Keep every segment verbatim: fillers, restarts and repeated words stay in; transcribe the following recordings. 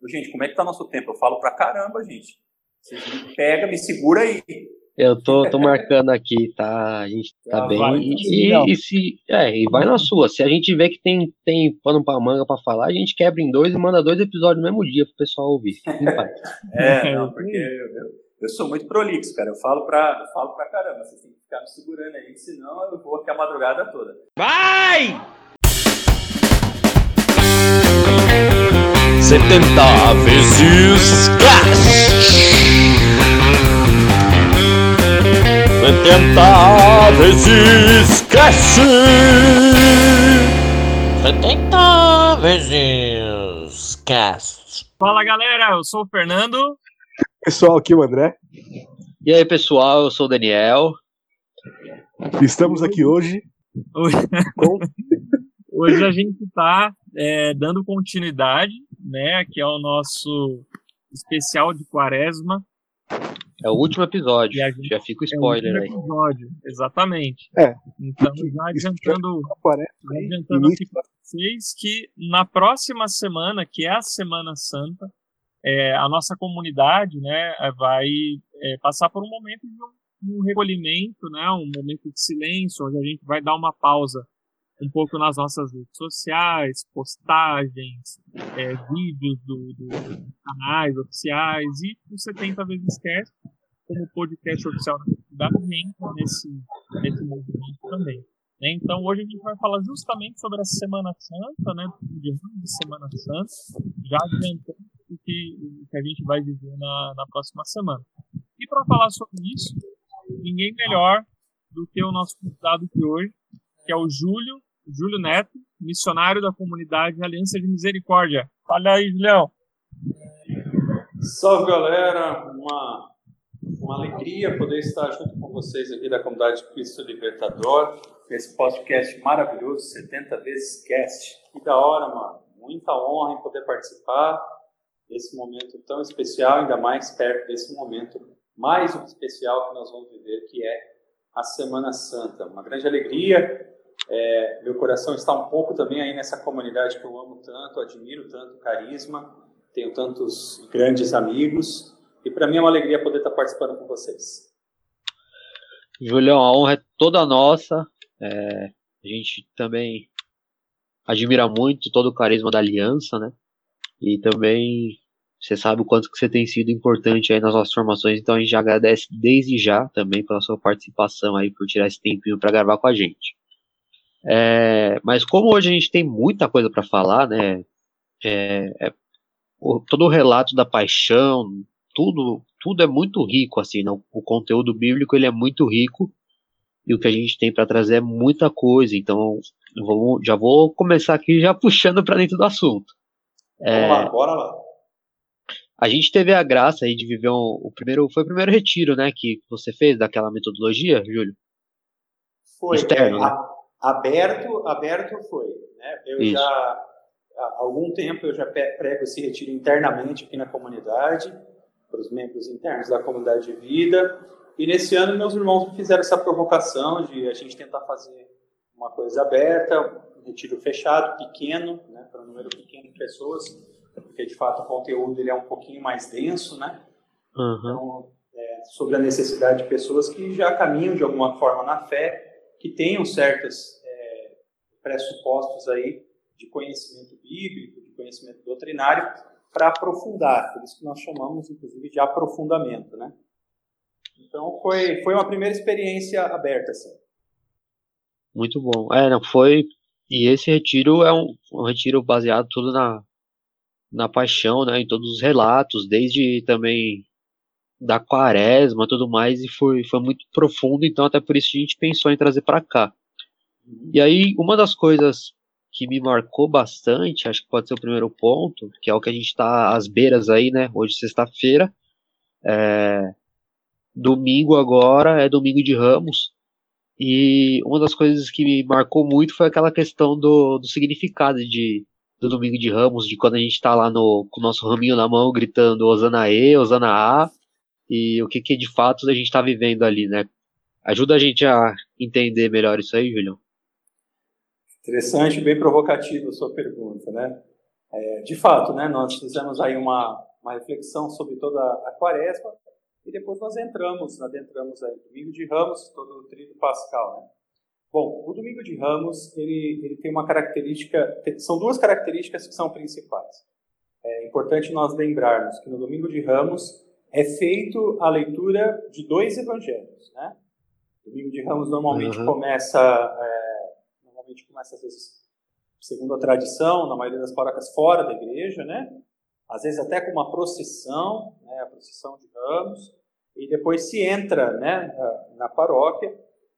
Gente, como é que tá nosso tempo? Eu falo pra caramba, gente. Vocês me pegam, me segura aí. Eu tô, tô marcando aqui, tá? A gente tá Ah, bem. vai, E, então. e, e se. É, e vai na sua. Se a gente vê que tem, tem pano pra manga pra falar, a gente quebra em dois e manda dois episódios no mesmo dia pro pessoal ouvir. Fica em paz. É, não, porque eu, eu, eu sou muito prolixo, cara. Eu falo pra, eu falo pra caramba. Vocês têm que ficar me segurando aí, senão eu vou aqui a madrugada toda. Vai! setenta vezes Cast. setenta vezes Cast. setenta vezes Cast. Fala, galera, eu sou o Fernando. Pessoal, aqui é o André. E aí, pessoal, eu sou o Daniel. Estamos aqui hoje. Hoje, hoje a gente está é, dando continuidade, né, que é o nosso especial de Quaresma. É o último episódio. Gente, já fica o spoiler é o aí. Episódio, exatamente. É. Então, já adiantando, já adiantando aqui para vocês que na próxima semana, que é a Semana Santa, é, a nossa comunidade, né, vai é, passar por um momento de um, um recolhimento, né, um momento de silêncio, onde a gente vai dar uma pausa um pouco nas nossas redes sociais, postagens, é, vídeos do, do, dos canais oficiais e o setenta vezes Cast, como podcast oficial da comunidade, entra nesse, nesse movimento também. Né? Então, hoje a gente vai falar justamente sobre a Semana Santa, né, de Semana Santa, já adiantando o que, o que a gente vai viver na, na próxima semana. E para falar sobre isso, ninguém melhor do que o nosso convidado de hoje, que é o Júlio, Júlio Neto, missionário da comunidade Aliança de Misericórdia. Fala aí, Julião. Salve, galera. Uma, uma alegria poder estar junto com vocês aqui da comunidade Cristo Libertador, esse podcast maravilhoso, setenta vezes Cast. Que da hora, mano. Muita honra em poder participar desse momento tão especial, ainda mais perto desse momento mais especial que nós vamos viver, que é a Semana Santa. Uma grande alegria. É, meu coração está um pouco também aí nessa comunidade que eu amo tanto, admiro tanto, carisma, tenho tantos grandes amigos, e para mim é uma alegria poder estar participando com vocês. Julião, a honra é toda nossa. É, a gente também admira muito todo o carisma da Aliança, né? E também você sabe o quanto que você tem sido importante aí nas nossas formações, então a gente já agradece desde já também pela sua participação aí, por tirar esse tempinho para gravar com a gente. É, mas como hoje a gente tem muita coisa para falar, né? É, é, o, todo o relato da paixão, tudo, tudo é muito rico, assim, né? O, o conteúdo bíblico ele é muito rico e o que a gente tem para trazer é muita coisa. Então, vou, já vou começar aqui já puxando para dentro do assunto. É, Vamos lá, bora lá. A gente teve a graça aí de viver um, o primeiro, foi o primeiro retiro, né? Que você fez daquela metodologia, Júlio? Foi. Externo, é, né? a... Aberto, aberto foi, né? Eu Isso. já, há algum tempo eu já prego esse retiro internamente aqui na comunidade, para os membros internos da comunidade de vida, e nesse ano meus irmãos me fizeram essa provocação de a gente tentar fazer uma coisa aberta, um retiro fechado, pequeno, né? Para um número pequeno de pessoas, porque de fato o conteúdo ele é um pouquinho mais denso, né? Uhum. Então, é, sobre a necessidade de pessoas que já caminham de alguma forma na fé, que tenham certos é, pressupostos aí de conhecimento bíblico, de conhecimento doutrinário, para aprofundar, por isso que nós chamamos, inclusive, de aprofundamento, né? Então, foi, foi uma primeira experiência aberta, assim. Muito bom. É, não, foi... E esse retiro é um, um retiro baseado tudo na, na paixão, né? Em todos os relatos, desde também... da Quaresma e tudo mais, e foi, foi muito profundo, então até por isso a gente pensou em trazer para cá. E aí, uma das coisas que me marcou bastante, acho que pode ser o primeiro ponto, que é o que a gente está às beiras aí, né, hoje sexta-feira, é, domingo agora, é domingo de Ramos, e uma das coisas que me marcou muito foi aquela questão do, do significado de, do domingo de Ramos, de quando a gente está lá no, com o nosso raminho na mão, gritando Hosana E, Hosana A, e o que, que de fato a gente está vivendo ali, né? Ajuda a gente a entender melhor isso aí, Julião. Interessante, bem provocativa a sua pergunta, né? É, de fato, né, nós fizemos aí uma, uma reflexão sobre toda a quaresma e depois nós entramos, adentramos aí domingo de Ramos, todo o tríduo pascal, né? Bom, o domingo de Ramos, ele, ele tem uma característica, são duas características que são principais. É importante nós lembrarmos que no domingo de Ramos é feito a leitura de dois evangelhos, né? O domingo de Ramos normalmente uhum. começa, é, normalmente começa às vezes, segundo a tradição, na maioria das paróquias fora da igreja, né? Às vezes até com uma procissão, né? A procissão de Ramos, e depois se entra, né, na paróquia,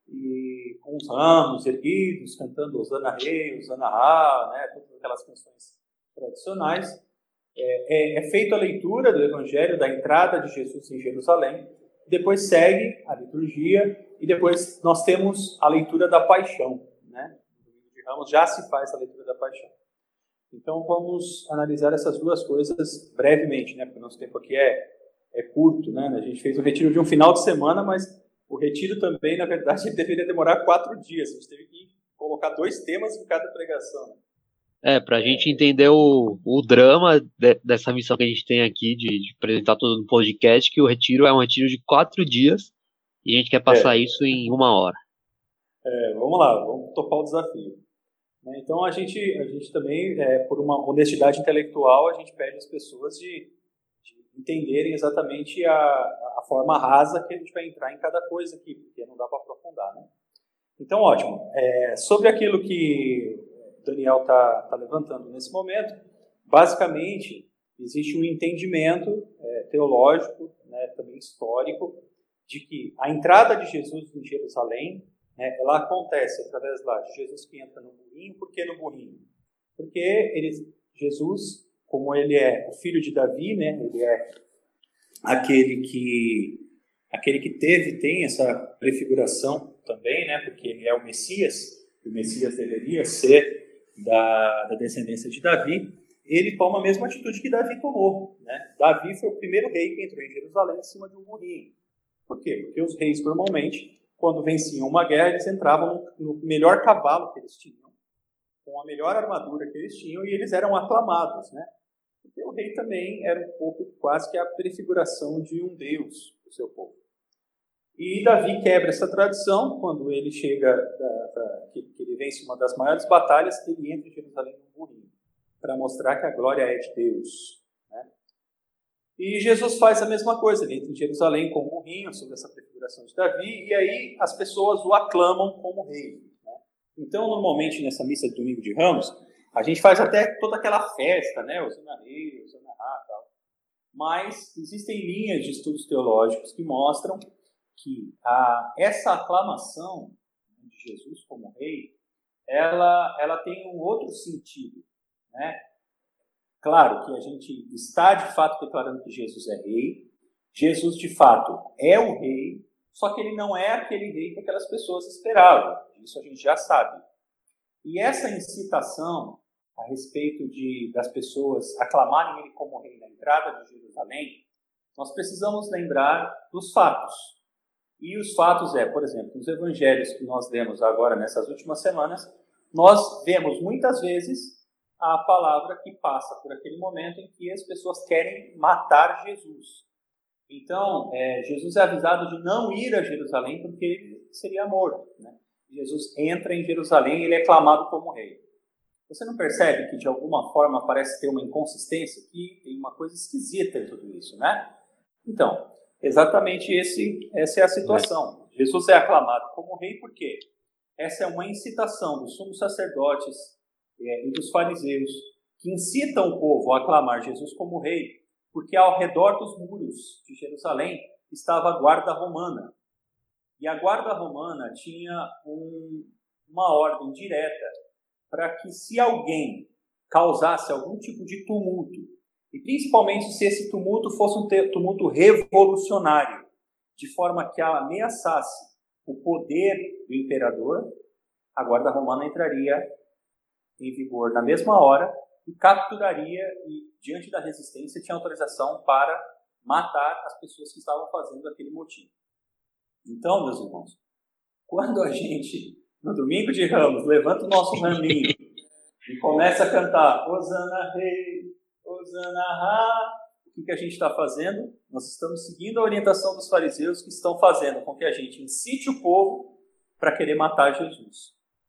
e com os ramos erguidos, cantando Osana Rei, Osana Ra, né, todas aquelas canções tradicionais. É, é, é feita a leitura do Evangelho, da entrada de Jesus em Jerusalém, depois segue a liturgia, e depois nós temos a leitura da Paixão, né? No domingo de Ramos já se faz a leitura da Paixão. Então vamos analisar essas duas coisas brevemente, né? Porque o nosso tempo aqui é, é curto, né? A gente fez o retiro de um final de semana, mas o retiro também, na verdade, ele deveria demorar quatro dias. A gente teve que colocar dois temas em cada pregação, né? É, para a gente entender o, o drama de, dessa missão que a gente tem aqui de, de apresentar tudo no podcast, que o retiro é um retiro de quatro dias e a gente quer passar é. isso em uma hora. É, vamos lá, vamos topar o desafio. Então a gente, a gente também, é, por uma honestidade intelectual, a gente pede às pessoas de, de entenderem exatamente a, a forma rasa que a gente vai entrar em cada coisa aqui, porque não dá para aprofundar, né? Então, ótimo. É, sobre aquilo que Daniel está tá levantando nesse momento, basicamente, existe um entendimento é, teológico, né, também histórico, de que a entrada de Jesus em Jerusalém, né, ela acontece através lá de Jesus que entra no burrinho. Por que no burrinho? Porque ele, Jesus, como ele é o filho de Davi, né, ele é aquele que, aquele que teve, tem essa prefiguração também, né, porque ele é o Messias, o Messias deveria ser Da, da descendência de Davi, ele toma a mesma atitude que Davi tomou, né? Davi foi o primeiro rei que entrou em Jerusalém em cima de um burrinho. Por quê? Porque os reis, normalmente, quando venciam uma guerra, eles entravam no melhor cavalo que eles tinham, com a melhor armadura que eles tinham, e eles eram aclamados, né? Porque o rei também era um pouco, quase que a prefiguração de um deus do seu povo. E Davi quebra essa tradição quando ele chega, da, da, que, que ele vence uma das maiores batalhas, que ele entra em Jerusalém no burrinho, para mostrar que a glória é de Deus, né? E Jesus faz a mesma coisa, ele entra em Jerusalém com o burrinho, sob essa prefiguração de Davi, e aí as pessoas o aclamam como rei, né? Então, normalmente, nessa missa de domingo de Ramos, a gente faz até toda aquela festa, né? Osana Rei, Osana Ra e tal. Mas existem linhas de estudos teológicos que mostram que a, essa aclamação de Jesus como rei, ela, ela tem um outro sentido, né? Claro que a gente está de fato declarando que Jesus é rei, Jesus de fato é o rei, só que ele não é aquele rei que aquelas pessoas esperavam, isso a gente já sabe. E essa incitação a respeito de, das pessoas aclamarem ele como rei na entrada de Jerusalém, nós precisamos lembrar dos fatos. E os fatos é, por exemplo, nos evangelhos que nós lemos agora nessas últimas semanas, nós vemos muitas vezes a palavra que passa por aquele momento em que as pessoas querem matar Jesus. Então, é, Jesus é avisado de não ir a Jerusalém porque ele seria morto, né? Jesus entra em Jerusalém e ele é aclamado como rei. Você não percebe que de alguma forma parece ter uma inconsistência aqui? Tem uma coisa esquisita em tudo isso, né? Então, exatamente esse, essa é a situação. É. Jesus é aclamado como rei porque essa é uma incitação dos sumos sacerdotes é, e dos fariseus que incitam o povo a aclamar Jesus como rei, porque ao redor dos muros de Jerusalém estava a guarda romana. E a guarda romana tinha um, uma ordem direta para que se alguém causasse algum tipo de tumulto, e principalmente se esse tumulto fosse um tumulto revolucionário, de forma que ameaçasse o poder do imperador, a guarda romana entraria em vigor na mesma hora e capturaria, e diante da resistência tinha autorização para matar as pessoas que estavam fazendo aquele motim. Então, meus irmãos, quando a gente, no domingo de Ramos, levanta o nosso raminho e começa a cantar Hosana Rei, Hosana Ra. O que, que a gente está fazendo? Nós estamos seguindo a orientação dos fariseus, que estão fazendo com que a gente incite o povo para querer matar Jesus.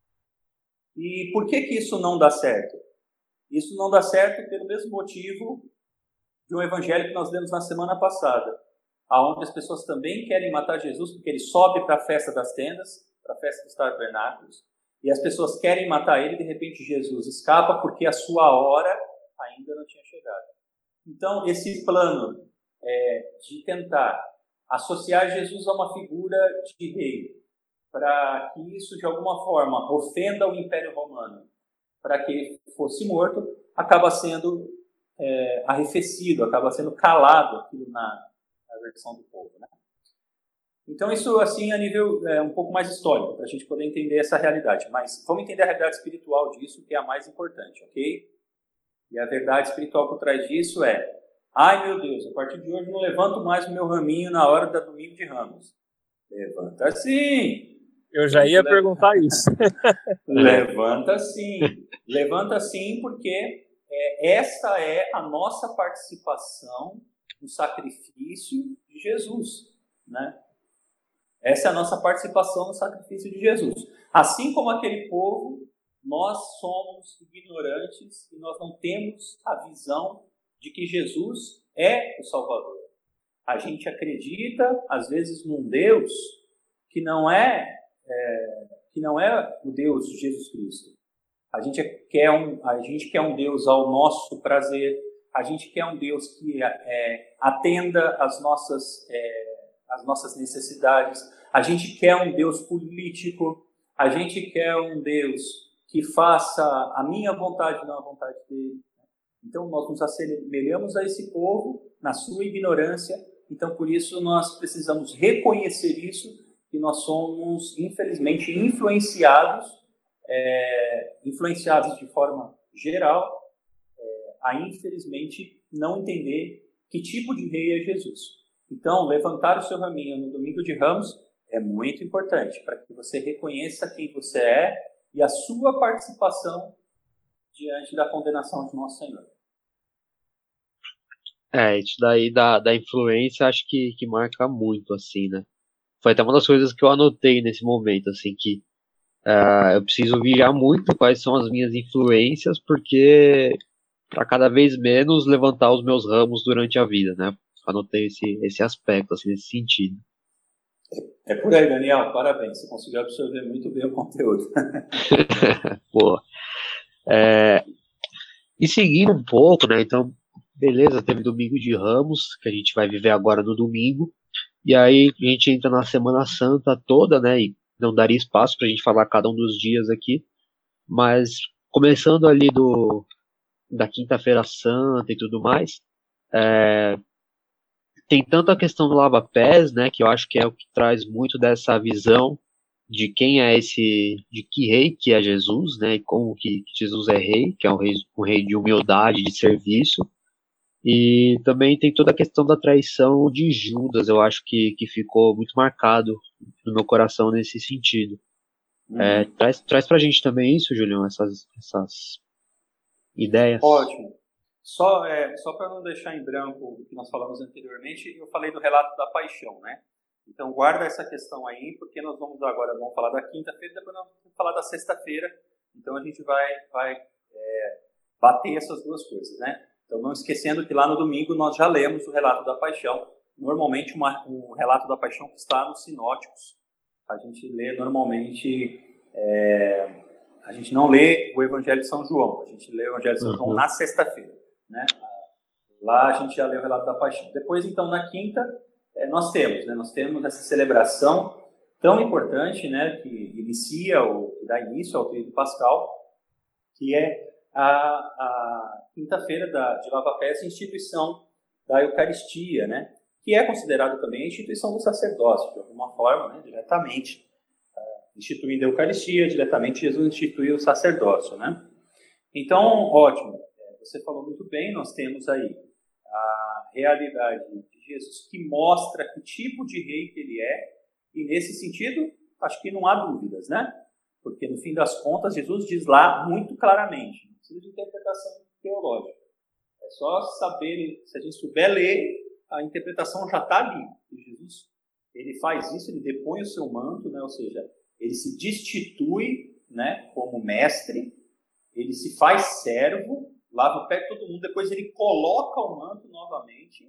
E por que, que isso não dá certo? Isso não dá certo pelo mesmo motivo de um evangelho que nós lemos na semana passada, aonde as pessoas também querem matar Jesus porque ele sobe para a festa das tendas, para a festa dos tabernáculos, e as pessoas querem matar ele e de repente Jesus escapa porque a sua hora ainda não tinha chegado. Então, esse plano é, de tentar associar Jesus a uma figura de rei, para que isso de alguma forma ofenda o Império Romano, para que ele fosse morto, acaba sendo é, arrefecido, acaba sendo calado aquilo na, na versão do povo, né? Então isso assim a nível é, um pouco mais histórico, para a gente poder entender essa realidade. Mas vamos entender a realidade espiritual disso, que é a mais importante, ok? E a verdade espiritual por trás disso é: ai meu Deus, a partir de hoje não levanto mais o meu raminho na hora da domingo de Ramos. Levanta sim! Eu já ia perguntar isso. Levanta sim. Levanta sim porque é, essa é a nossa participação no sacrifício de Jesus, né? Essa é a nossa participação no sacrifício de Jesus. Assim como aquele povo, nós somos ignorantes e nós não temos a visão de que Jesus é o Salvador. A gente acredita, às vezes, num Deus que não é É, que não é o Deus de Jesus Cristo. A gente quer um, a gente quer um Deus ao nosso prazer, a gente quer um Deus que é, atenda às nossas, é, às nossas necessidades, a gente quer um Deus político, a gente quer um Deus que faça a minha vontade, não a vontade dele. Então nós nos assemelhamos a esse povo na sua ignorância, então por isso nós precisamos reconhecer isso, que nós somos, infelizmente, influenciados, é, influenciados de forma geral, é, a, infelizmente, não entender que tipo de rei é Jesus. Então, levantar o seu raminho no domingo de Ramos é muito importante, para que você reconheça quem você é e a sua participação diante da condenação de Nosso Senhor. É, isso daí da, da influência acho que, que marca muito, assim, né? Foi até uma das coisas que eu anotei nesse momento, assim, que uh, eu preciso vigiar muito quais são as minhas influências, porque para cada vez menos levantar os meus ramos durante a vida, né? Anotei esse, esse aspecto, assim, nesse sentido. É por aí, Daniel, parabéns, você conseguiu absorver muito bem o conteúdo. Boa. É, e seguindo um pouco, né, então, beleza, teve domingo de Ramos, que a gente vai viver agora no domingo, e aí a gente entra na Semana Santa toda, né, e não daria espaço pra gente falar cada um dos dias aqui, mas começando ali do, da Quinta-feira Santa e tudo mais, é, tem tanto a questão do lava-pés, né, que eu acho que é o que traz muito dessa visão de quem é esse, de que rei que é Jesus, né, e como que Jesus é rei, que é um rei, um rei de humildade, de serviço. E também tem toda a questão da traição de Judas, eu acho que, que ficou muito marcado no meu coração nesse sentido. Uhum. É, traz, traz pra gente também isso, Julião, essas, essas ideias. Ótimo. Só, é, só para não deixar em branco o que nós falamos anteriormente, eu falei do relato da paixão, né? Então guarda essa questão aí, porque nós vamos agora vamos falar da quinta-feira, depois nós vamos falar da sexta-feira, então a gente vai, vai é, bater essas duas coisas, né? Então, não esquecendo que lá no domingo nós já lemos o relato da paixão. Normalmente, uma, um relato da paixão que está nos sinóticos. A gente lê normalmente... É, a gente não lê o Evangelho de São João. A gente lê o Evangelho de São João na sexta-feira, né? Lá a gente já lê o relato da paixão. Depois, então, na quinta, é, nós temos, né? Nós temos essa celebração tão importante, né? Que inicia, ou que dá início ao Tríduo Pascal, que é a, a quinta-feira da, de lava-pés, instituição da Eucaristia, né? Que é considerada também a instituição do sacerdócio, de alguma forma, né? Diretamente. Uh, instituindo a Eucaristia, diretamente Jesus instituiu o sacerdócio, né? Então, ótimo. Você falou muito bem, nós temos aí a realidade de Jesus que mostra que tipo de rei que ele é, e nesse sentido, acho que não há dúvidas, né? Porque, no fim das contas, Jesus diz lá muito claramente, não precisa de interpretação teológica. É só saber, se a gente souber ler, a interpretação já está ali. E Jesus, ele faz isso, ele depõe o seu manto, né? Ou seja, ele se destitui, né, como mestre, ele se faz servo, lava o pé de todo mundo, depois ele coloca o manto novamente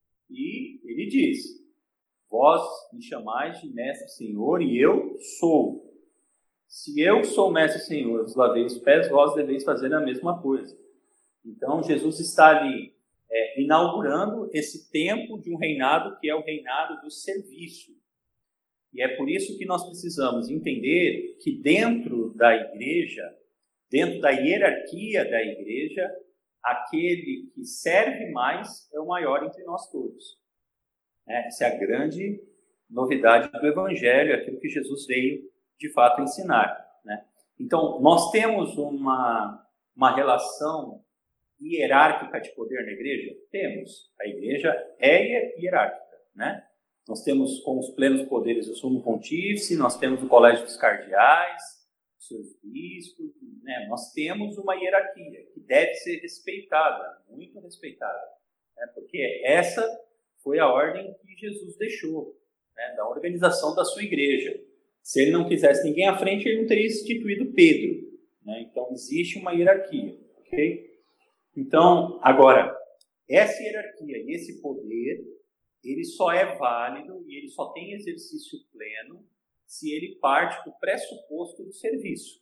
e ele diz: vós me chamais de mestre e senhor, e eu sou. Se eu sou mestre e senhor, vos lavei os pés, vós deveis fazer a mesma coisa. Então, Jesus está ali é, inaugurando esse tempo de um reinado que é o reinado do serviço. E é por isso que nós precisamos entender que dentro da igreja, dentro da hierarquia da igreja, aquele que serve mais é o maior entre nós todos. Essa é a grande novidade do Evangelho, aquilo que Jesus veio de fato ensinar, né? Então, nós temos uma, uma relação hierárquica de poder na igreja? Temos. A igreja é hierárquica, né? Nós temos com os plenos poderes o sumo pontífice, nós temos o colégio dos cardeais, os seus bispos, né? Nós temos uma hierarquia que deve ser respeitada, muito respeitada, né? Porque essa foi a ordem que Jesus deixou, né? Da organização da sua igreja. Se ele não quisesse ninguém à frente, ele não teria instituído Pedro, né? Então, existe uma hierarquia, ok? Então, agora, essa hierarquia e esse poder, ele só é válido e ele só tem exercício pleno se ele parte do pressuposto do serviço.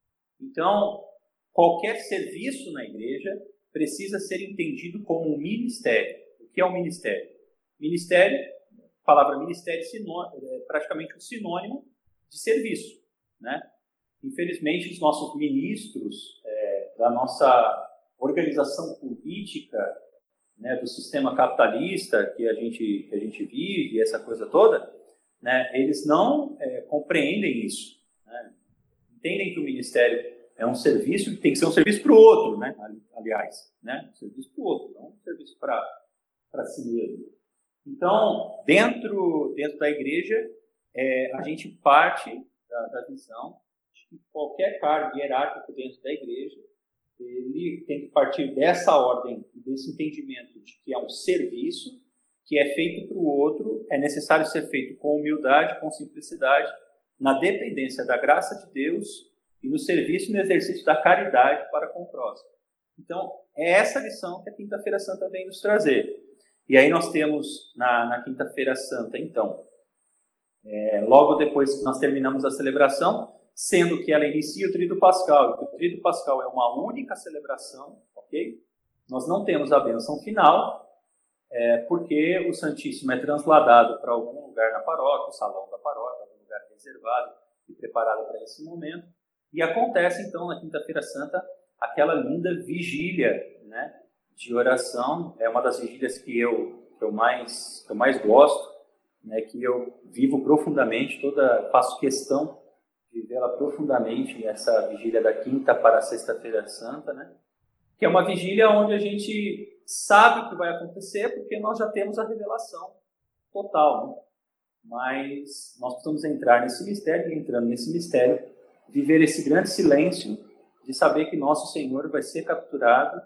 Então, qualquer serviço na igreja precisa ser entendido como um ministério. O que é um ministério? Ministério, a palavra ministério é praticamente um sinônimo de serviço, né? Infelizmente, os nossos ministros é, da nossa organização política, né, do sistema capitalista que a gente, que a gente vive, essa coisa toda, né, eles não é, compreendem isso, né? Entendem que o ministério é um serviço que tem que ser um serviço para o outro, né? Aliás, né? Um serviço para o outro, não um serviço para si mesmo. Então, dentro, dentro da igreja, É, a gente parte da, da visão de que qualquer cargo hierárquico dentro da igreja, ele tem que partir dessa ordem, desse entendimento de que é um serviço que é feito para o outro, é necessário ser feito com humildade, com simplicidade, na dependência da graça de Deus e no serviço e no exercício da caridade para com o próximo. Então, é essa lição que a Quinta-feira Santa vem nos trazer. E aí nós temos na, na Quinta-feira Santa, então, É, logo depois que nós terminamos a celebração, sendo que ela inicia o Tríduo Pascal. O Tríduo Pascal é uma única celebração, ok? Nós não temos a bênção final, é, porque o Santíssimo é transladado para algum lugar na paróquia, o salão da paróquia, algum lugar reservado e preparado para esse momento. E acontece, então, na Quinta-feira Santa, aquela linda vigília, né, de oração. É uma das vigílias que eu, que eu, mais, que eu mais gosto, né, que eu vivo profundamente, toda, faço questão de vivê-la profundamente, essa vigília da quinta para a sexta-feira santa, né, que é uma vigília onde a gente sabe o que vai acontecer, porque nós já temos a revelação total, né? Mas nós precisamos entrar nesse mistério, e entrando nesse mistério, viver esse grande silêncio de saber que nosso Senhor vai ser capturado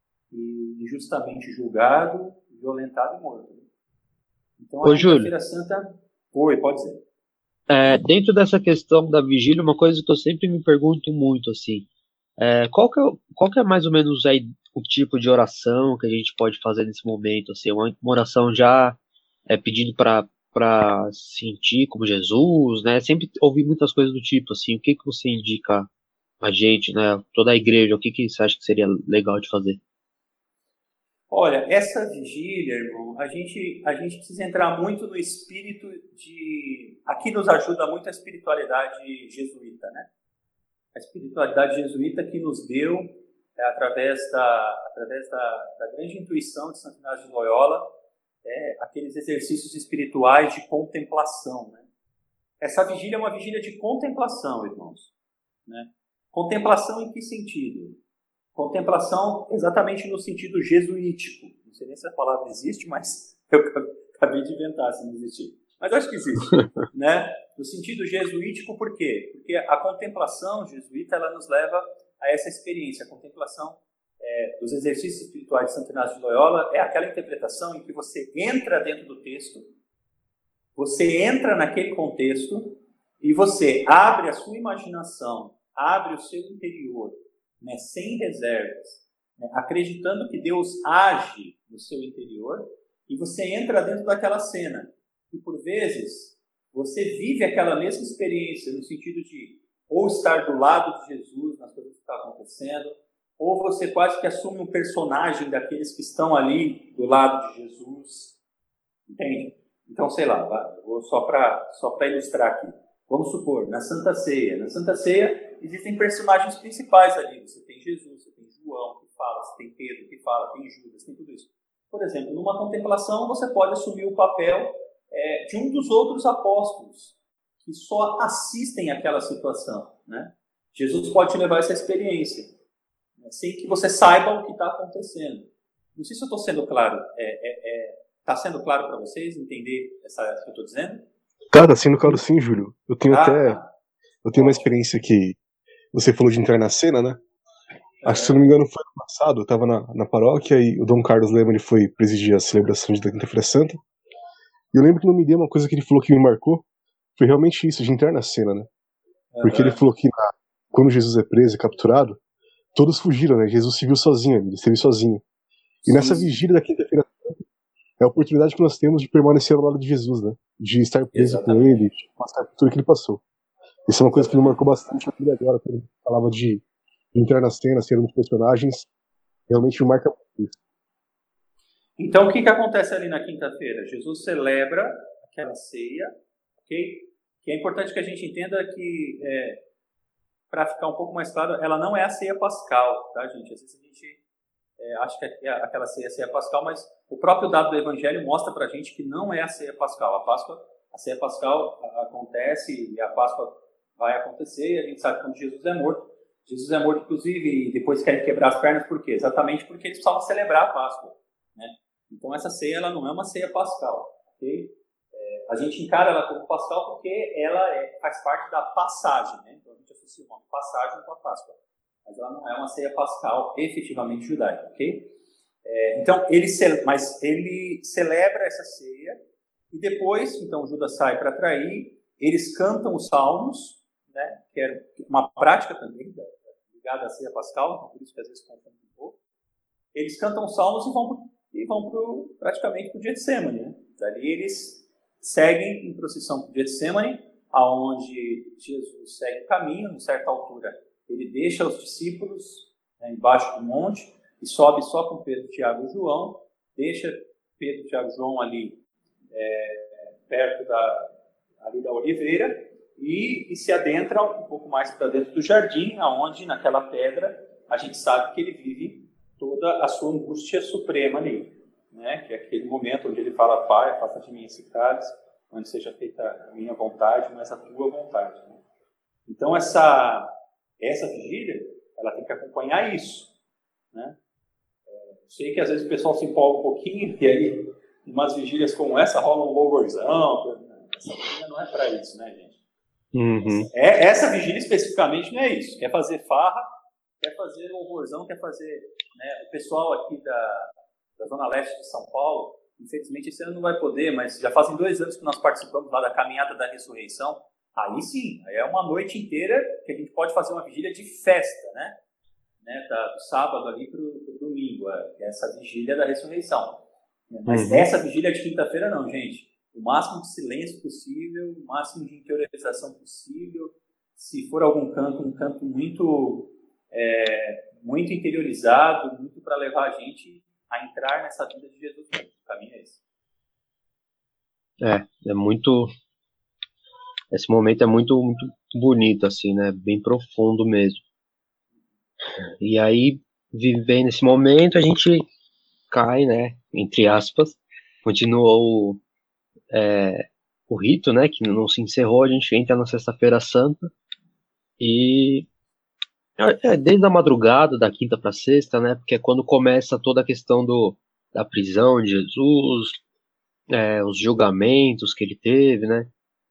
e injustamente julgado, violentado e morto. Então, a Quinta-feira Santa... Oi, pode dizer. É, dentro dessa questão da vigília, uma coisa que eu sempre me pergunto muito, assim, é, qual, que é, qual que é mais ou menos aí o tipo de oração que a gente pode fazer nesse momento? Assim, uma, uma oração já é, pedindo para para sentir como Jesus, né? Sempre ouvi muitas coisas do tipo, assim, o que, que você indica a gente, né? Toda a igreja, o que, que você acha que seria legal de fazer? Olha, essa vigília, irmão, a gente, a gente precisa entrar muito no espírito de... Aqui nos ajuda muito a espiritualidade jesuíta, né? A espiritualidade jesuíta que nos deu, é, através, da, através da, da grande intuição de Santo Inácio de Loyola, é, aqueles exercícios espirituais de contemplação, né? Essa vigília é uma vigília de contemplação, irmãos, né? Contemplação em que sentido? Contemplação exatamente no sentido jesuítico. Não sei nem se a palavra existe, mas eu acabei de inventar se não existir. Mas acho que existe, né? No sentido jesuítico, por quê? Porque a contemplação jesuíta, ela nos leva a essa experiência. A contemplação é, dos exercícios espirituais de Santo Inácio de Loyola é aquela interpretação em que você entra dentro do texto, você entra naquele contexto e você abre a sua imaginação, abre o seu interior, né, sem reservas, né, acreditando que Deus age no seu interior, e você entra dentro daquela cena. E por vezes, você vive aquela mesma experiência no sentido de ou estar do lado de Jesus nas coisas que estão acontecendo, ou você quase que assume um personagem daqueles que estão ali do lado de Jesus. Entende? Então, sei lá, vou só para só para ilustrar aqui. Vamos supor, na Santa Ceia. Na Santa Ceia existem personagens principais ali. Você tem Jesus, você tem João que fala, você tem Pedro que fala, tem Judas, tem tudo isso. Por exemplo, numa contemplação você pode assumir o papel é, de um dos outros apóstolos que só assistem àquela situação, né? Jesus pode te levar a essa experiência, né, sem que você saiba o que está acontecendo. Não sei se eu estou sendo claro. Está é, é, é, sendo claro para vocês entender essa que eu estou dizendo? Tá, tá sendo claro sim, Júlio. Eu tenho Ah, até eu tenho uma experiência que você falou de entrar na cena, né? Acho que, se eu não me engano, foi ano passado, eu estava na, na paróquia e o Dom Carlos Lema ele foi presidir a celebração de Quinta-feira Santa. E eu lembro que não me deu uma coisa que ele falou que me marcou, foi realmente isso, de entrar na cena, né? Porque ele falou que na, quando Jesus é preso e capturado, todos fugiram, né? Jesus se viu sozinho, ele esteve sozinho. E nessa vigília da Quinta-feira Santa, é a oportunidade que nós temos de permanecer ao lado de Jesus, né? De estar preso Exatamente. com ele, de passar por tudo que ele passou. Isso é uma coisa que me marcou bastante aqui agora, quando ele falava de entrar na cena, ser um dos personagens, realmente me marca muito. Então, o que, que acontece ali na quinta-feira? Jesus celebra aquela ceia, ok? Que é importante que a gente entenda que, é, para ficar um pouco mais claro, ela não é a ceia pascal, tá, gente? Às vezes a gente é, acha que é aquela ceia é a ceia pascal, mas o próprio dado do Evangelho mostra pra gente que não é a ceia pascal. A Páscoa, a ceia pascal acontece e a Páscoa vai acontecer, e a gente sabe quando Jesus é morto. Jesus é morto, inclusive, e depois querem quebrar as pernas, por quê? Exatamente porque eles precisavam celebrar a Páscoa, né? Então, essa ceia ela não é uma ceia pascal, ok? É, a gente encara ela como pascal porque ela é, faz parte da passagem, né? Então, a gente associa uma passagem com a Páscoa. Mas ela não é uma ceia pascal efetivamente judaica, ok? É, então, ele, mas ele celebra essa ceia e depois, então, Judas sai para trair, eles cantam os salmos, né? Que era uma prática também ligada à ceia pascal, então por isso que às vezes confundem um pouco. Eles cantam os salmos e vão, e vão pro, praticamente para o Getsemane, né? Dali eles seguem em procissão para o Getsemane, aonde Jesus segue o caminho, em certa altura. Ele deixa os discípulos, né, embaixo do monte e sobe só com Pedro, Tiago e João, deixa Pedro, Tiago e João ali é, perto da, ali da oliveira e, e se adentra um pouco mais para dentro do jardim, aonde naquela pedra a gente sabe que ele vive toda a sua angústia suprema ali, né? Que é aquele momento onde ele fala: Pai, afasta de mim esse cálice, onde seja feita a minha vontade, mas a tua vontade, né? Então essa essa vigília, ela tem que acompanhar isso, né? É, eu sei que às vezes o pessoal se empolga um pouquinho e aí em umas vigílias como essa rola um louvorzão. Essa vigília não é para isso, né, gente? Uhum. É, essa vigília especificamente não é isso. Quer fazer farra, quer fazer louvorzão, quer fazer, né, o pessoal aqui da, da Zona Leste de São Paulo, infelizmente esse ano não vai poder, mas já fazem dois anos que nós participamos lá da Caminhada da Ressurreição. Aí sim, aí é uma noite inteira que a gente pode fazer uma vigília de festa, né? né da, do sábado ali para o domingo, essa vigília da ressurreição. Mas uhum. essa vigília de quinta-feira não, gente. O máximo de silêncio possível, o máximo de interiorização possível. Se for algum canto, um canto muito, é, muito interiorizado, muito para levar a gente a entrar nessa vida de Jesus. O caminho é esse. É, é muito... Esse momento é muito, muito bonito, assim, né? Bem profundo mesmo. E aí, vivendo esse momento, a gente cai, né? Entre aspas. Continuou é, o rito, né? Que não se encerrou. A gente entra na Sexta-feira Santa. E é, desde a madrugada, da quinta para sexta, né? Porque é quando começa toda a questão do, da prisão de Jesus. é, os julgamentos que ele teve, né?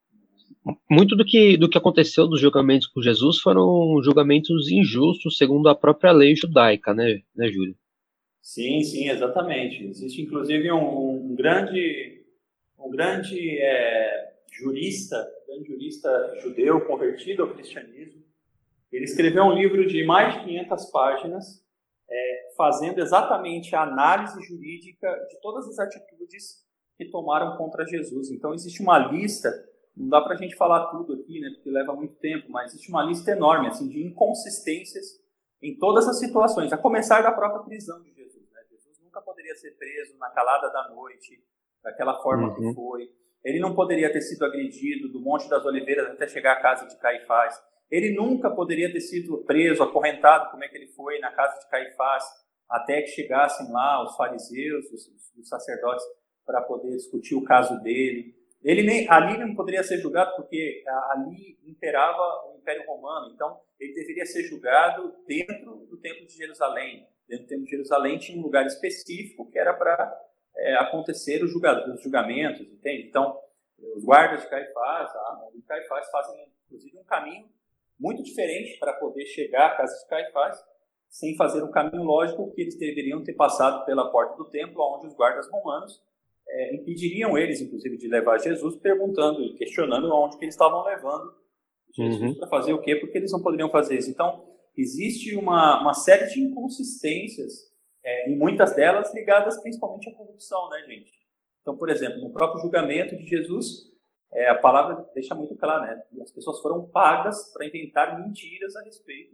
Muito do que, do que aconteceu dos julgamentos com Jesus foram julgamentos injustos, segundo a própria lei judaica, né, né, Júlio? Sim, sim, exatamente. Existe inclusive um, um grande, um grande é, jurista, um grande jurista judeu convertido ao cristianismo. Ele escreveu um livro de mais de quinhentas páginas, é, fazendo exatamente a análise jurídica de todas as atitudes que tomaram contra Jesus. Então existe uma lista, não dá para a gente falar tudo aqui, né, porque leva muito tempo, mas existe uma lista enorme assim, de inconsistências em todas as situações, a começar da própria prisão de Jesus. Né? Jesus nunca poderia ser preso na calada da noite, daquela forma uhum. que foi. Ele não poderia ter sido agredido do Monte das Oliveiras até chegar à casa de Caifás. Ele nunca poderia ter sido preso, acorrentado, como é que ele foi, na casa de Caifás, até que chegassem lá os fariseus, os, os sacerdotes, para poder discutir o caso dele. Ele nem, ali não poderia ser julgado porque ali imperava o Império Romano, então ele deveria ser julgado dentro do Templo de Jerusalém. Dentro do Templo de Jerusalém tinha um lugar específico que era para é, acontecer os, julga, os julgamentos, entende? Então, os guardas de Caifás, a mão de Caifás, fazem inclusive um caminho muito diferente para poder chegar à casa de Caifás, sem fazer um caminho lógico que eles deveriam ter passado pela porta do templo, onde os guardas romanos é, impediriam eles, inclusive, de levar Jesus, perguntando e questionando aonde que eles estavam levando Jesus uhum. para fazer o quê, porque eles não poderiam fazer isso. Então, existe uma, uma série de inconsistências, é, e muitas delas ligadas principalmente à corrupção, né, gente? Então, por exemplo, no próprio julgamento de Jesus, é, a palavra deixa muito claro, né? As pessoas foram pagas para inventar mentiras a respeito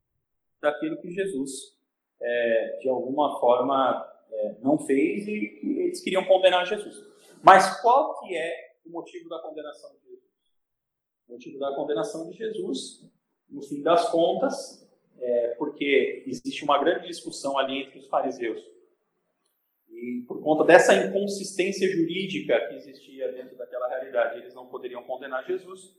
daquilo que Jesus, é, de alguma forma, é, não fez e, e eles queriam condenar Jesus. Mas qual que é o motivo da condenação de Jesus? O motivo da condenação de Jesus, no fim das contas, é porque existe uma grande discussão ali entre os fariseus. E por conta dessa inconsistência jurídica que existia dentro daquela realidade, eles não poderiam condenar Jesus.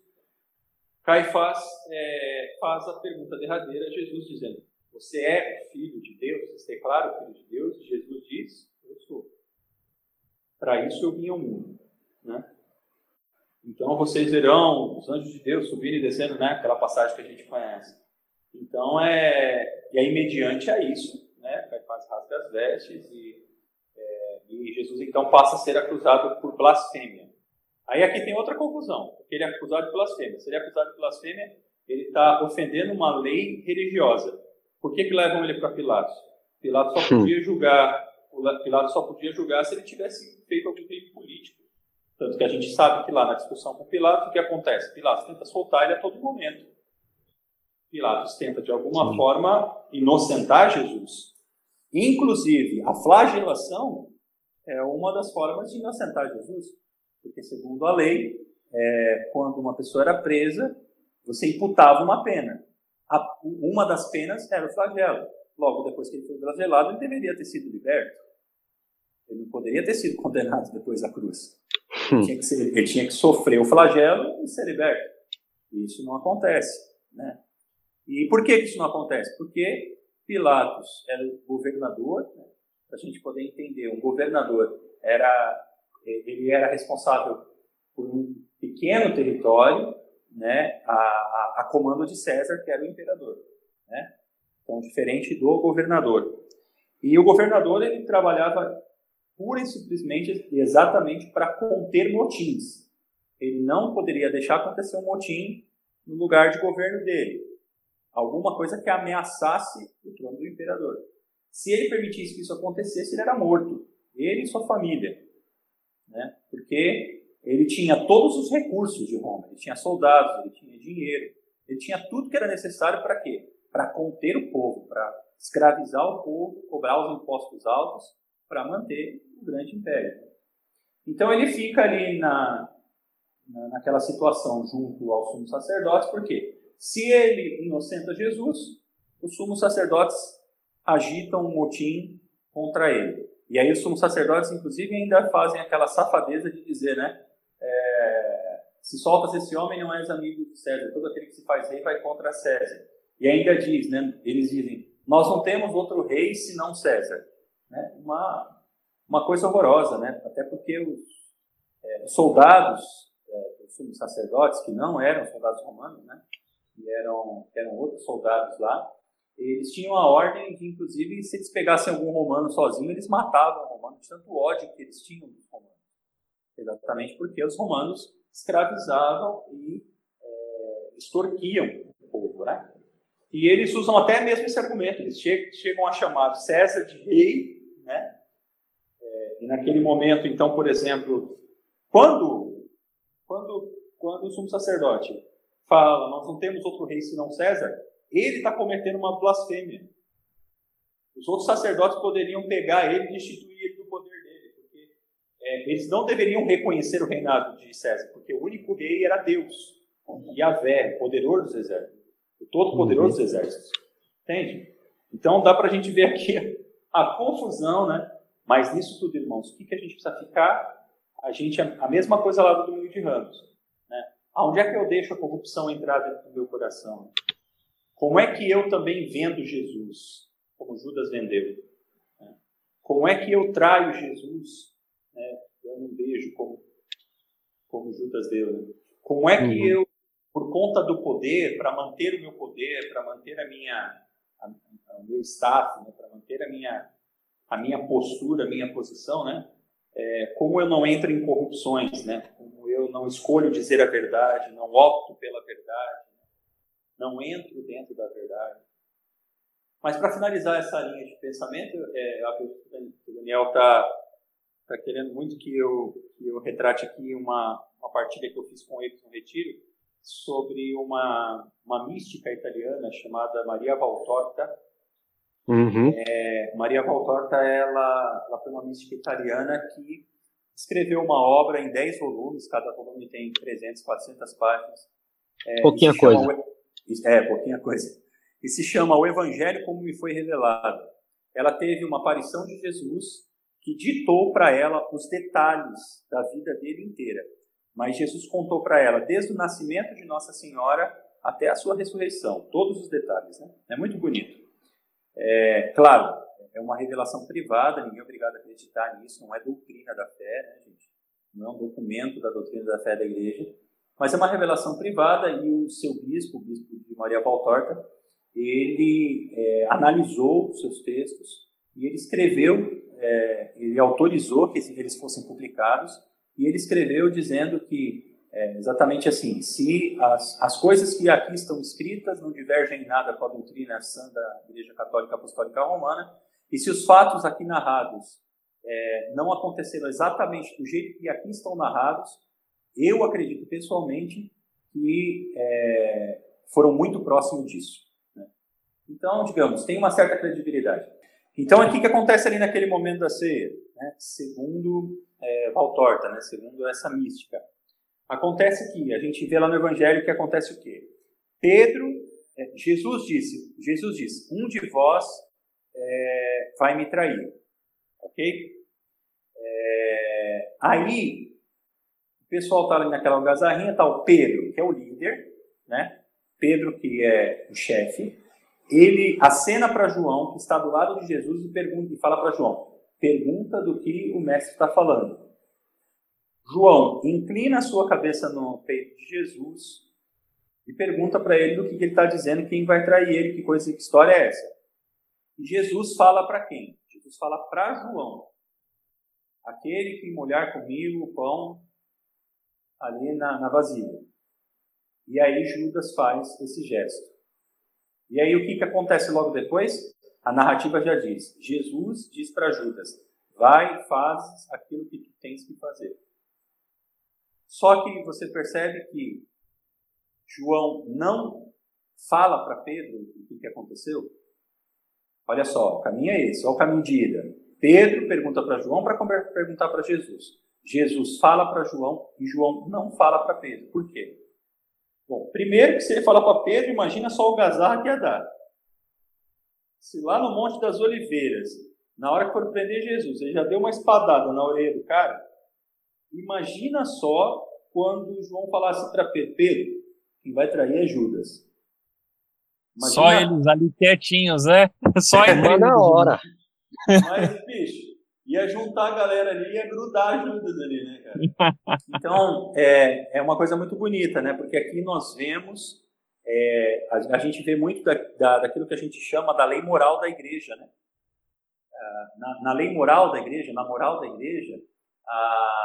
Caifás é, faz a pergunta derradeira a Jesus, dizendo: você é filho de Deus? Você é claro filho de Deus? E Jesus diz: eu sou. Para isso eu vim ao mundo. Né? Então vocês verão os anjos de Deus subindo e descendo, né? Aquela passagem que a gente conhece. Então, é, e aí, mediante a isso, né? Caifás rasga as vestes e, é, e Jesus então passa a ser acusado por blasfêmia. Aí aqui tem outra confusão, porque ele é acusado de blasfêmia. Se ele é acusado de blasfêmia, ele está ofendendo uma lei religiosa. Por que que levam ele para Pilatos? Pilatos só podia julgar, Pilatos só podia julgar se ele tivesse feito algum crime político. Tanto que a gente sabe que lá na discussão com Pilatos, o que acontece? Pilatos tenta soltar ele a todo momento. Pilatos tenta, de alguma Sim. forma, inocentar Jesus. Inclusive, a flagelação é uma das formas de inocentar Jesus. Porque, segundo a lei, é, quando uma pessoa era presa, você imputava uma pena. A, uma das penas era o flagelo. Logo, depois que ele foi flagelado, ele deveria ter sido liberto. Ele não poderia ter sido condenado depois da cruz. Ele tinha que, ser, ele tinha que sofrer o flagelo e ser liberto. E isso não acontece, né? E por que isso não acontece? Porque Pilatos era o governador, né? Para a gente poder entender, um governador era, ele era responsável por um pequeno território, né? a, a, a comando de César, que era o imperador. Né? Então, diferente do governador. E o governador ele trabalhava pura e simplesmente exatamente para conter motins. Ele não poderia deixar acontecer um motim no lugar de governo dele. Alguma coisa que ameaçasse o trono do imperador. Se ele permitisse que isso acontecesse, ele era morto. Ele e sua família. Né? Porque ele tinha todos os recursos de Roma. Ele tinha soldados, ele tinha dinheiro. Ele tinha tudo que era necessário para quê? Para conter o povo, para escravizar o povo, cobrar os impostos altos, para manter o grande império. Então ele fica ali na, na, naquela situação junto aos sumos sacerdotes, por quê? Se ele inocenta Jesus, os sumos sacerdotes agitam um motim contra ele. E aí os sumos sacerdotes, inclusive, ainda fazem aquela safadeza de dizer, né? É, se soltas esse homem, não és amigo de César. Todo aquele que se faz rei vai contra César. E ainda diz, né? Eles dizem, nós não temos outro rei senão César. Né? Uma, uma coisa horrorosa, né? Até porque os é, soldados, é, os sumos sacerdotes, que não eram soldados romanos, né, que eram, eram outros soldados lá, eles tinham a ordem de, inclusive, se eles pegassem algum romano sozinho, eles matavam o romano, de tanto ódio que eles tinham dos romanos. Exatamente porque os romanos escravizavam e é, extorquiam o povo, né? E eles usam até mesmo esse argumento, eles chegam, chegam a chamar César de rei, né? É, e naquele momento, então, por exemplo, quando, quando, quando o sumo sacerdote fala, nós não temos outro rei senão César, ele está cometendo uma blasfêmia. Os outros sacerdotes poderiam pegar ele e destituir ele do poder dele, porque é, eles não deveriam reconhecer o reinado de César, porque o único rei era Deus, Yahvé, poderoso dos exércitos, o todo-poderoso dos exércitos. Entende? Então dá para a gente ver aqui a confusão, né? Mas nisso tudo, irmãos, o que, que a gente precisa ficar? A gente, a mesma coisa lá do Domingo de Ramos, né? Aonde é que eu deixo a corrupção entrar dentro do meu coração? Como é que eu também vendo Jesus, como Judas vendeu? Né? Como é que eu traio Jesus, né, dando um beijo, como, como Judas deu? Né? Como é que uhum. eu, por conta do poder, para manter o meu poder, para manter a minha, a, a, o meu status, né, para manter a minha, a minha postura, a minha posição, né? É, como eu não entro em corrupções, né? Como eu não escolho dizer a verdade, não opto pela verdade, não entro dentro da verdade. Mas para finalizar essa linha de pensamento, é, eu acredito que o Daniel está tá querendo muito que eu, que eu retrate aqui uma, uma partilha que eu fiz com ele no retiro sobre uma, uma mística italiana chamada Maria Valtorta. Uhum. É, Maria Valtorta ela, ela foi uma mística italiana que escreveu uma obra em dez volumes, cada volume tem trezentas, quatrocentas páginas. É, Pouquinha coisa. O, É, pouquinha coisa. E se chama O Evangelho Como Me Foi Revelado. Ela teve uma aparição de Jesus que ditou para ela os detalhes da vida dele inteira. Mas Jesus contou para ela desde o nascimento de Nossa Senhora até a sua ressurreição. Todos os detalhes, né? É muito bonito. É, claro, é uma revelação privada, ninguém é obrigado a acreditar nisso, não é doutrina da fé, né, gente? Não é um documento da doutrina da fé da igreja. Mas é uma revelação privada e o seu bispo, o bispo de Maria Valtorta, ele é, analisou os seus textos e ele escreveu, é, ele autorizou que eles fossem publicados e ele escreveu dizendo que, é, exatamente assim, se as, as coisas que aqui estão escritas não divergem em nada com a doutrina sã da Igreja Católica Apostólica Romana e se os fatos aqui narrados é, não aconteceram exatamente do jeito que aqui estão narrados, eu acredito pessoalmente que é, foram muito próximos disso. Né? Então, digamos, tem uma certa credibilidade. Então, o que, que acontece ali naquele momento da ceia? Né? Segundo é, Valtorta, né? Segundo essa mística. Acontece que a gente vê lá no Evangelho que acontece o quê? Pedro, é, Jesus disse, Jesus disse, um de vós é, vai me trair. Ok? É, aí... O pessoal está ali naquela algazarrinha, está o Pedro, que é o líder, né? Pedro, que é o chefe. Ele acena para João, que está do lado de Jesus, e, pergunta, e fala para João, pergunta do que o mestre está falando. João inclina a sua cabeça no peito de Jesus e pergunta para ele do que, que ele está dizendo, quem vai trair ele, que coisa, que história é essa. E Jesus fala para quem? Jesus fala para João. Aquele que molhar comigo o pão ali na, na vasilha. E aí Judas faz esse gesto. E aí o que, que acontece logo depois? A narrativa já diz. Jesus diz para Judas, vai e faz aquilo que tu tens que fazer. Só que você percebe que João não fala para Pedro o que, que aconteceu. Olha só, o caminho é esse, olha o caminho de ida. Pedro pergunta para João para perguntar para Jesus. Jesus fala para João e João não fala para Pedro. Por quê? Bom, primeiro que se ele falar para Pedro, imagina só o gazarra que ia dar. Se lá no Monte das Oliveiras, na hora que for prender Jesus, ele já deu uma espadada na orelha do cara, imagina só quando João falasse para Pedro, Pedro, quem vai trair é Judas. Imagina... Só eles ali quietinhos, né? Só eles na hora. Mas, bicho, ia juntar a galera ali, ia grudar Judas ali, né, cara? Então, é, é uma coisa muito bonita, né? Porque aqui nós vemos, é, a, a gente vê muito da, da, daquilo que a gente chama da lei moral da igreja, né? Na, na lei moral da igreja, na moral da igreja, a,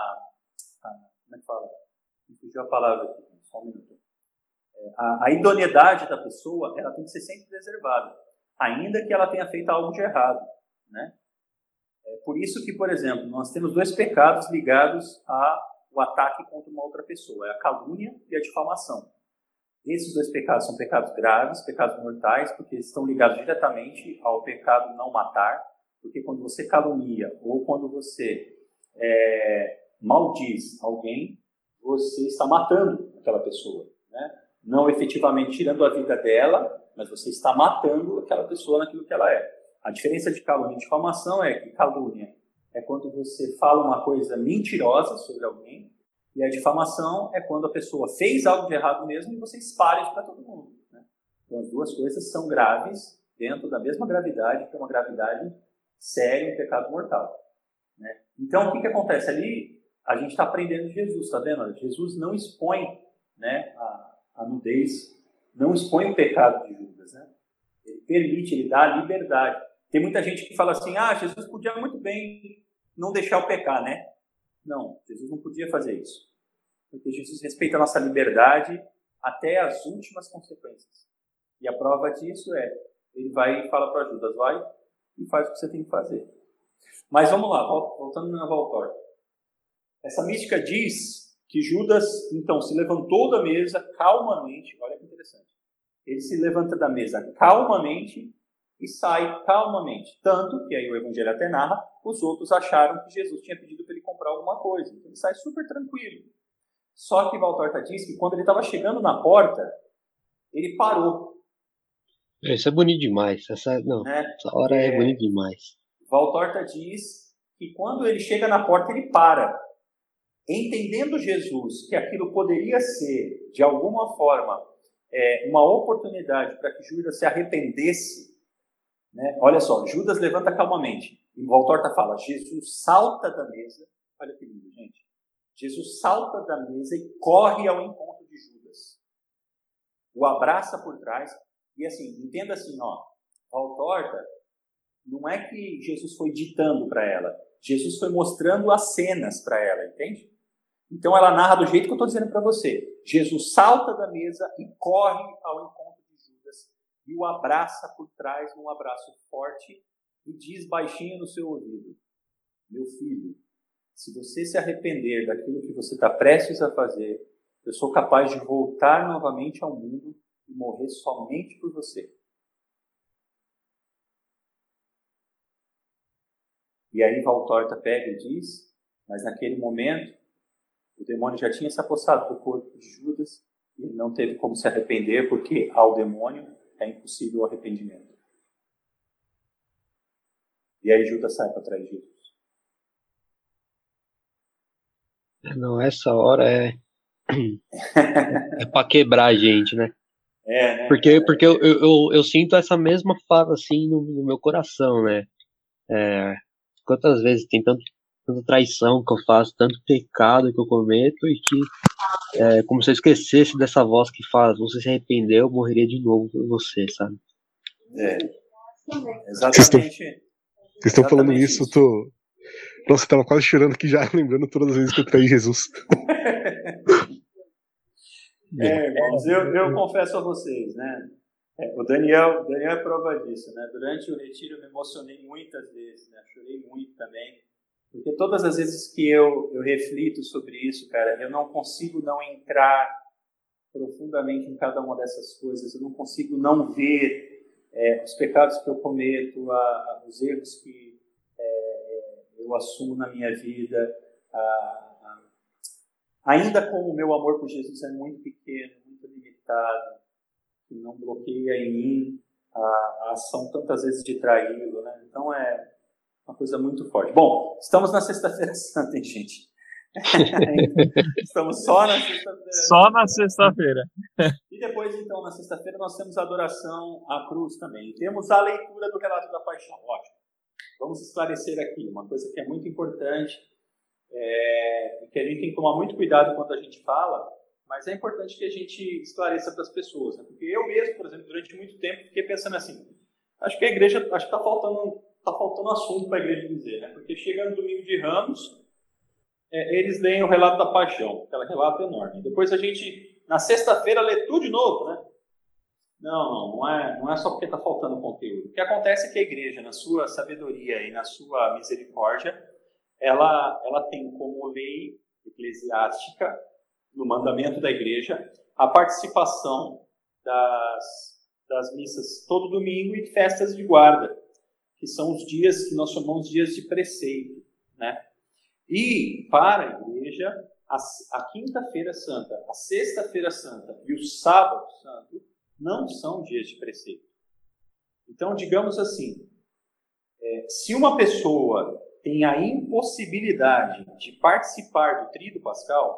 a, como é que fala? Me fugiu a palavra aqui, só um minuto. É, a, a idoneidade da pessoa, ela tem que ser sempre preservada, ainda que ela tenha feito algo de errado, né? É por isso que, por exemplo, nós temos dois pecados ligados ao ataque contra uma outra pessoa, é a calúnia e a difamação. Esses dois pecados são pecados graves, pecados mortais, porque estão ligados diretamente ao pecado não matar, porque quando você calunia ou quando você é, maldiz alguém, você está matando aquela pessoa, né? Não efetivamente tirando a vida dela, mas você está matando aquela pessoa naquilo que ela é. A diferença de calúnia e difamação é que calúnia é quando você fala uma coisa mentirosa sobre alguém, e a difamação é quando a pessoa fez algo de errado mesmo e você espalha isso para todo mundo, né? Então as duas coisas são graves dentro da mesma gravidade, que é uma gravidade séria, um pecado mortal, né? Então o que, que acontece ali? A gente está aprendendo de Jesus, está vendo? Jesus não expõe, né, a, a nudez, não expõe o pecado de Judas, né? Ele permite, ele dá a liberdade. Tem muita gente que fala assim, ah, Jesus podia muito bem não deixar o pecar, né? Não, Jesus não podia fazer isso. Porque Jesus respeita a nossa liberdade até as últimas consequências. E a prova disso é, ele vai e fala para Judas, vai e faz o que você tem que fazer. Mas vamos lá, voltando na Valtor. Essa mística diz que Judas, então, se levantou da mesa calmamente, olha que interessante. Ele se levanta da mesa calmamente e sai calmamente. Tanto que aí o Evangelho até narra, os outros acharam que Jesus tinha pedido para ele comprar alguma coisa. Então ele sai super tranquilo. Só que Valtorta diz que quando ele estava chegando na porta, ele parou. Isso é bonito demais. Essa, não, né? Essa hora é, é bonito demais. Valtorta diz que quando ele chega na porta, ele para. Entendendo Jesus que aquilo poderia ser, de alguma forma, é, uma oportunidade para que Judas se arrependesse, né? Olha só, Judas levanta calmamente. E Valtorta fala, Jesus salta da mesa. Olha que lindo, gente. Jesus salta da mesa e corre ao encontro de Judas. O abraça por trás. E assim, entenda assim, ó, Valtorta, não é que Jesus foi ditando para ela. Jesus foi mostrando as cenas para ela, entende? Então ela narra do jeito que eu estou dizendo para você. Jesus salta da mesa e corre ao encontro de Judas e o abraça por trás num abraço forte e diz baixinho no seu ouvido, meu filho, se você se arrepender daquilo que você está prestes a fazer, eu sou capaz de voltar novamente ao mundo e morrer somente por você. E aí Valtorta pega e diz, mas naquele momento, o demônio já tinha se apossado do corpo de Judas e ele não teve como se arrepender, porque ao demônio é impossível o arrependimento. E aí Judas sai para trás de Jesus. Não, essa hora é é para quebrar a gente, né? É, né? Porque, porque eu, eu, eu sinto essa mesma fala assim no, no meu coração, né? É, quantas vezes tem tanto, tanta traição que eu faço, tanto pecado que eu cometo e que é como se eu esquecesse dessa voz que fala, você se arrependeu, eu morreria de novo por você, sabe? É, exatamente. Vocês estão falando isso, eu tô... Nossa, eu tava quase chorando aqui já, lembrando todas as vezes que eu traí Jesus. É, irmãos, eu, eu confesso a vocês, né? É, o Daniel, Daniel é prova disso, né? Durante o retiro eu me emocionei muitas vezes, né? Chorei muito também. Porque todas as vezes que eu, eu reflito sobre isso, cara, eu não consigo não entrar profundamente em cada uma dessas coisas. Eu não consigo não ver é, os pecados que eu cometo, a, a, os erros que é, eu assumo na minha vida. A, a, ainda como o meu amor por Jesus é muito pequeno, muito limitado, que não bloqueia em mim a, a ação tantas vezes de traí-lo, né? Então é uma coisa muito forte. Bom, estamos na Sexta-feira Santa, hein, gente? Estamos só na Sexta-feira. Só na Sexta-feira. E depois, então, na Sexta-feira, nós temos a adoração à cruz também. E temos a leitura do relato da paixão. Ótimo. vamos esclarecer aqui uma coisa que é muito importante, é, que a gente tem que tomar muito cuidado quando a gente fala, mas é importante que a gente esclareça para as pessoas, né? Porque eu mesmo, por exemplo, durante muito tempo, fiquei pensando assim, acho que a igreja, acho que está faltando, tá faltando assunto para a igreja dizer, né? Porque chega no domingo de Ramos, é, eles leem o relato da paixão, aquele relato enorme. Depois a gente, na sexta-feira, lê tudo de novo, né? Não, não, não é, não é só porque está faltando conteúdo. O que acontece é que a igreja, na sua sabedoria e na sua misericórdia, ela, ela tem como lei eclesiástica, no mandamento da igreja, a participação das, das missas todo domingo e festas de guarda, que são os dias que nós chamamos de dias de preceito, né? E para a igreja, a, a quinta-feira santa, a sexta-feira santa e o sábado santo não são dias de preceito. Então, digamos assim, é, se uma pessoa tem a impossibilidade de participar do tríduo pascal,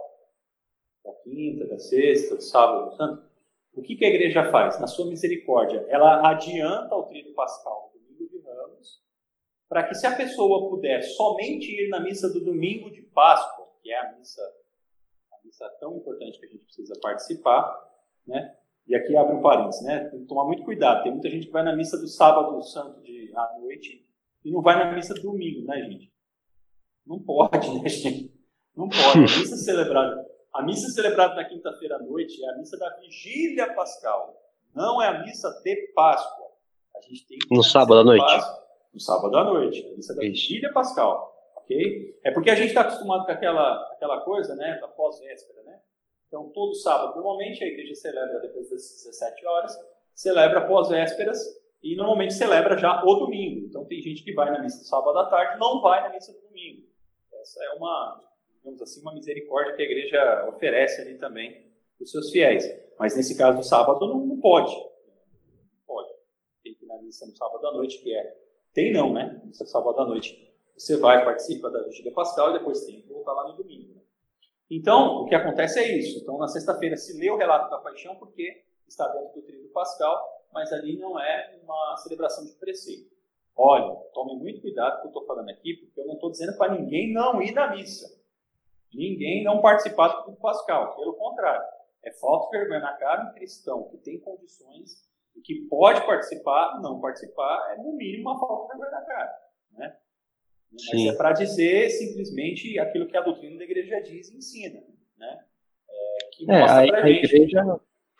da quinta, da sexta, do sábado, do santo, o que, que a igreja faz? Na sua misericórdia, ela adianta o tríduo pascal, no domingo de Ramos, para que se a pessoa puder somente ir na missa do domingo de Páscoa, que é a missa, a missa tão importante que a gente precisa participar, né? E aqui abre um parênteses, né? Tem que tomar muito cuidado. Tem muita gente que vai na missa do sábado santo de, à noite e não vai na missa do domingo, né, gente? Não pode, né, gente? Não pode. A missa celebrada, a missa celebrada na quinta-feira à noite é a missa da vigília pascal. Não é a missa de Páscoa. A gente tem que no sábado à noite. Páscoa, no sábado à noite. A missa da Isso. vigília pascal. Ok? É porque a gente está acostumado com aquela, aquela coisa, né? Da pós-véspera, né? Então, todo sábado, normalmente, a igreja celebra depois das dezessete horas, celebra pós-vésperas e normalmente celebra já o domingo. Então, tem gente que vai na missa do sábado à tarde e não vai na missa do domingo. Essa é uma, digamos assim, uma misericórdia que a igreja oferece ali também para os seus fiéis. Mas, nesse caso do sábado, não, não pode. Não pode. Tem que ir na missa no sábado à noite, que é... Tem não, né? Missa do sábado à noite. Você vai, participa da vigília pascal e depois tem que voltar lá no domingo. Então, o que acontece é isso. Então, na sexta-feira se lê o relato da paixão porque está dentro do tríduo pascal, mas ali não é uma celebração de preceito. Olha, tome muito cuidado com o que eu estou falando aqui, porque eu não estou dizendo para ninguém não ir na missa. Ninguém não participar do tríduo pascal. Pelo contrário, é falta de vergonha na cara um cristão que tem condições e que pode participar, não participar, é no mínimo uma falta de vergonha na cara, né? Mas Sim. é para dizer simplesmente aquilo que a doutrina da igreja diz e ensina, né? É, que é, mostra a, pra a gente. Igreja,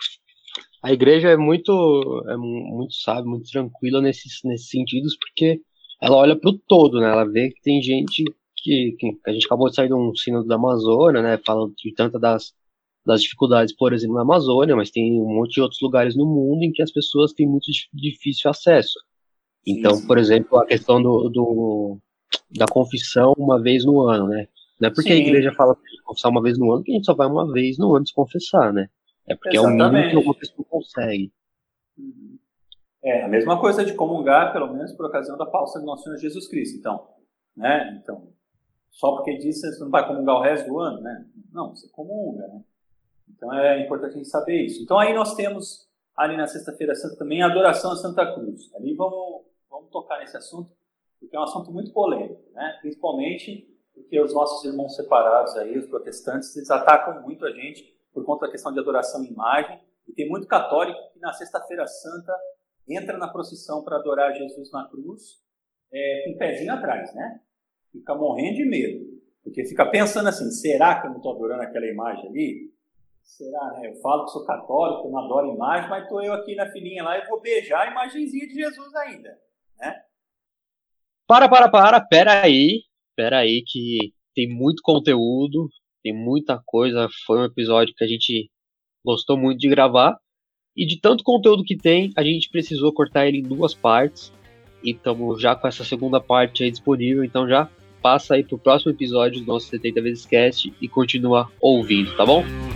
a igreja é muito, é muito sábia, muito tranquila nesses, nesses sentidos, porque ela olha para o todo, né? Ela vê que tem gente que, que a gente acabou de sair de um sínodo da Amazônia, né? Falando de tantas das, das dificuldades, por exemplo, na Amazônia, mas tem um monte de outros lugares no mundo em que as pessoas têm muito difícil acesso. Então, sim, sim. por exemplo, a questão do, do da confissão uma vez no ano, né? Não é porque Sim. a igreja fala de confessar uma vez no ano que a gente só vai uma vez no ano se confessar, né? É porque Exatamente. é o mínimo que uma pessoa consegue. Uhum. É, a mesma coisa de comungar, pelo menos por ocasião da pausa de nosso Senhor Jesus Cristo. Então, né? Então, só porque disse você não vai comungar o resto do ano, né? Não, você comunga, né? Então é importante a gente saber isso. Então aí nós temos ali na Sexta-feira Santa também a adoração a Santa Cruz. Ali vamos, vamos tocar nesse assunto, porque é um assunto muito polêmico, né? Principalmente porque os nossos irmãos separados aí, os protestantes, eles atacam muito a gente por conta da questão de adoração à imagem, e tem muito católico que na Sexta-feira Santa entra na procissão para adorar Jesus na cruz, é, com o pezinho atrás, né? Fica morrendo de medo, porque fica pensando assim, será que eu não estou adorando aquela imagem ali? Será, né? Eu falo que sou católico, eu não adoro imagem, mas estou eu aqui na filinha lá e vou beijar a imagenzinha de Jesus ainda, né? Para, para, para, pera aí, pera aí que tem muito conteúdo, tem muita coisa, foi um episódio que a gente gostou muito de gravar, e de tanto conteúdo que tem, a gente precisou cortar ele em duas partes, e estamos já com essa segunda parte aí disponível, então já passa aí pro próximo episódio do nosso setenta vezes Cast e continua ouvindo, tá bom?